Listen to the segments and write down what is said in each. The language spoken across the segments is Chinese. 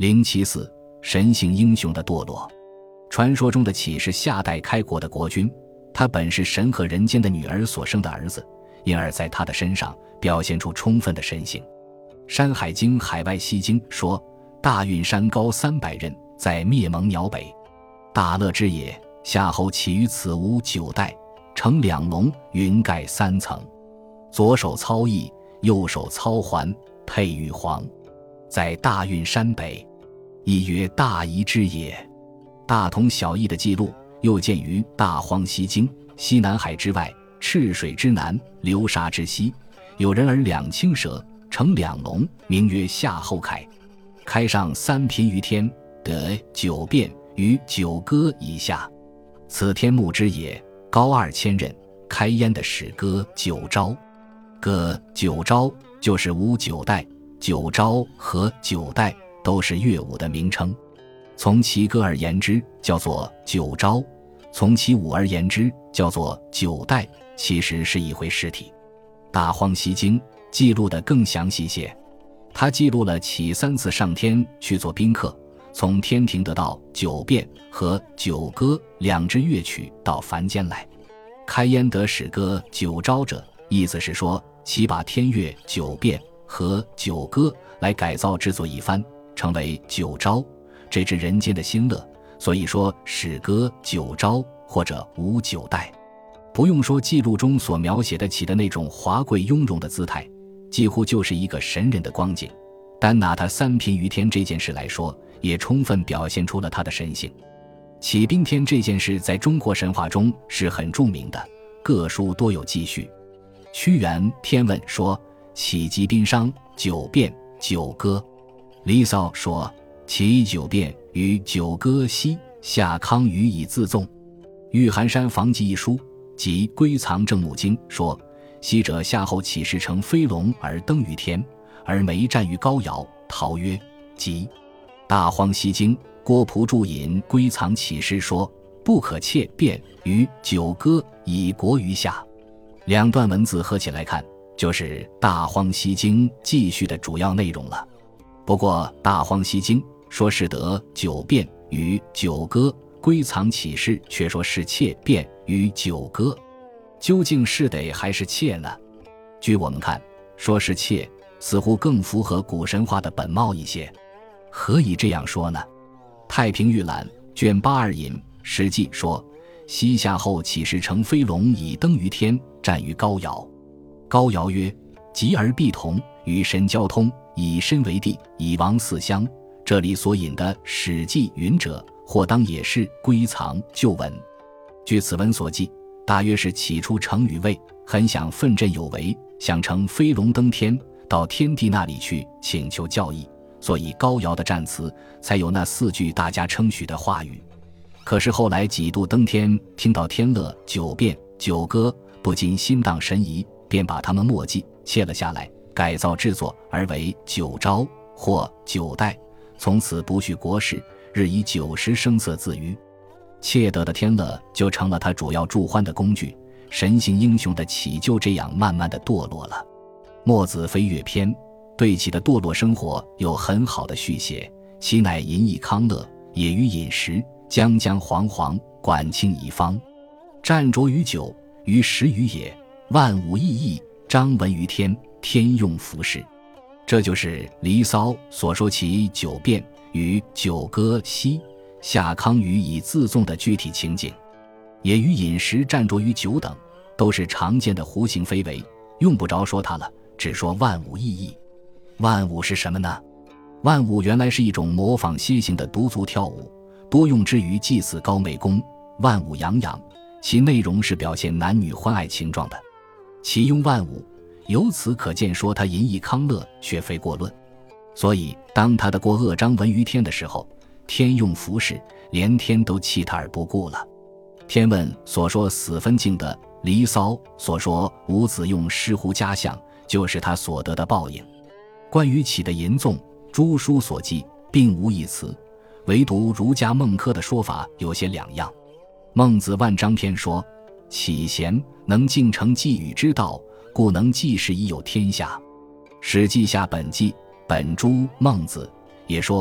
074神性英雄的堕落。传说中的启是夏代开国的国君，他本是神和人间的女儿所生的儿子，因而在他的身上表现出充分的神性。山海经海外西经说，大运山高300仞，在灭蒙鸟北，大乐之野，夏后起于此无9代，成2龙，云盖3层，左手操翼，右手操环，佩玉皇，在大运山北，亦曰大夷之野。大同小异的记录又见于大荒西经，西南海之外，赤水之南，流沙之西，有人耳2青蛇，成2龙，名曰夏后凯，开上3频于天，得9变于9歌以下，此天目之野，高2000仞，开焉的始歌9朝。歌9朝就是舞9代，9朝和9代都是乐舞的名称。从其歌而言之，叫做9朝；从其舞而言之，叫做9代，其实是一回事体。大荒西经记录得更详细些，他记录了启3次上天去做宾客，从天庭得到9变和9歌2支乐曲到凡间来。开焉得始歌9朝者，意思是说其把天乐9变和9歌来改造制作一番，成为9朝，这是人间的新乐，所以说始歌9朝或者舞9代。不用说记录中所描写的起的那种华贵雍容的姿态，几乎就是一个神人的光景。单拿他3频于天这件事来说，也充分表现出了他的神性。起宾天这件事在中国神话中是很著名的，各书多有记叙。屈原《天问》说，起即宾商9变9歌。离骚说，其9变于9歌兮，夏康予以自纵。玉寒山房记一书即归藏正目经说，昔者夏后起事乘飞龙而登于天，而眉战于高尧，陶曰即。大荒西经郭璞注引归藏启示说，不可窃变于9歌以国于夏。2段文字合起来看，就是大荒西经记叙的主要内容了。不过大荒西经说是得9变于9歌，归藏启示却说是窃变于9歌，究竟是得还是窃呢？据我们看，说是窃似乎更符合古神话的本貌一些。何以这样说呢？太平御览卷82引史记说，西夏后起事乘飞龙以登于天，战于高尧。高尧曰，极而必同，与神交通，以身为地，以王四乡。这里所引的史记云者，或当也是归藏旧文。据此文所记，大约是起初成与魏很想奋振有为，想乘飞龙登天，到天帝那里去请求教义，所以高尧的战词才有那4句大家称许的话语。可是后来几度登天，听到天乐9变9歌，不禁心荡神怡，便把他们墨迹切了下来，改造制作而为9朝或9代，从此不续国事，日以9时声色自娱。窃得的天乐就成了他主要助欢的工具，神性英雄的启就这样慢慢的堕落了。墨子飞跃篇对其的堕落生活有很好的续写，其乃淫逸康乐，也于饮食，将将惶惶，管庆以方，战着于酒，于食于野，万物异异，张闻于天，天用服饰。这就是《离骚》所说其9变与9歌兮，夏康予以自纵的具体情景。也与饮食、战着于酒等都是常见的弧形非为，用不着说它了，只说万物异异。万物是什么呢？万物原来是一种模仿楔形的独足跳舞，多用之于祭祀高美公，万物洋洋，其内容是表现男女欢爱情状的。其用万物，由此可见说他淫逸康乐，却非过论。所以当他的过恶张闻于天的时候，天用服饰，连天都弃他而不顾了。天问所说死分境的，离骚所说伍子用尸乎家相，就是他所得的报应。关于起的淫纵，诸书所记并无一词，唯独儒家孟轲的说法有些两样。孟子万章篇说，启贤能敬成寄语之道，故能济世以有天下。史记下本纪本诸孟子也说，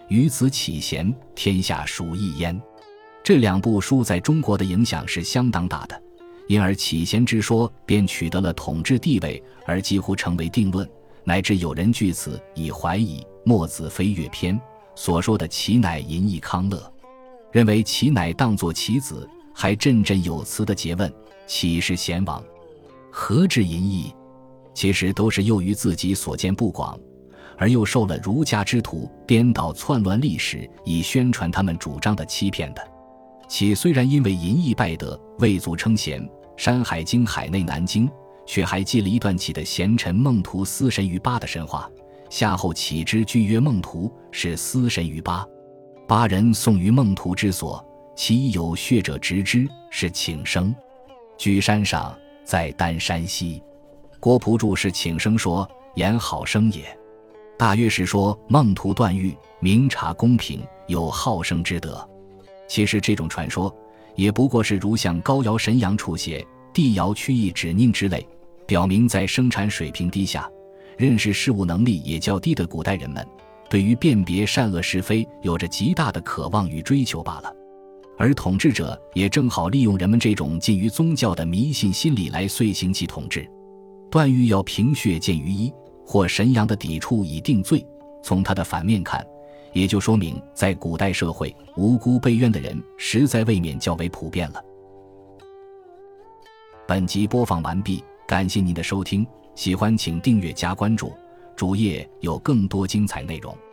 于此起贤，天下属一焉。这2部书在中国的影响是相当大的，因而起贤之说便取得了统治地位，而几乎成为定论，乃至有人据此以怀疑墨子飞跃篇所说的其乃淫逸康乐，认为其乃当作其子，还振振有词地诘问岂是贤王，何至淫逸？其实都是囿于自己所见不广，而又受了儒家之徒颠倒篡乱历史以宣传他们主张的欺骗的。其虽然因为淫逸败德，未足称贤，《山海经·海内南经》却还记了一段起的贤臣孟图司神于巴的神话，夏后启之据曰孟图是司神于巴，巴人送于孟图之所，其有血者执之，是请生，居山上，在丹山西。郭璞注是请生说，言好生也，大约是说孟图断狱，明察公平，有好生之德。其实这种传说也不过是如像高尧神阳处邪，帝尧曲意指佞之类，表明在生产水平低下，认识事物能力也较低的古代人们，对于辨别善恶是非有着极大的渴望与追求罢了。而统治者也正好利用人们这种近于宗教的迷信心理来遂行其统治。段誉要凭血见于一，或神阳的抵触以定罪，从他的反面看，也就说明在古代社会，无辜被冤的人实在未免较为普遍了。本集播放完毕，感谢您的收听，喜欢请订阅加关注，主页有更多精彩内容。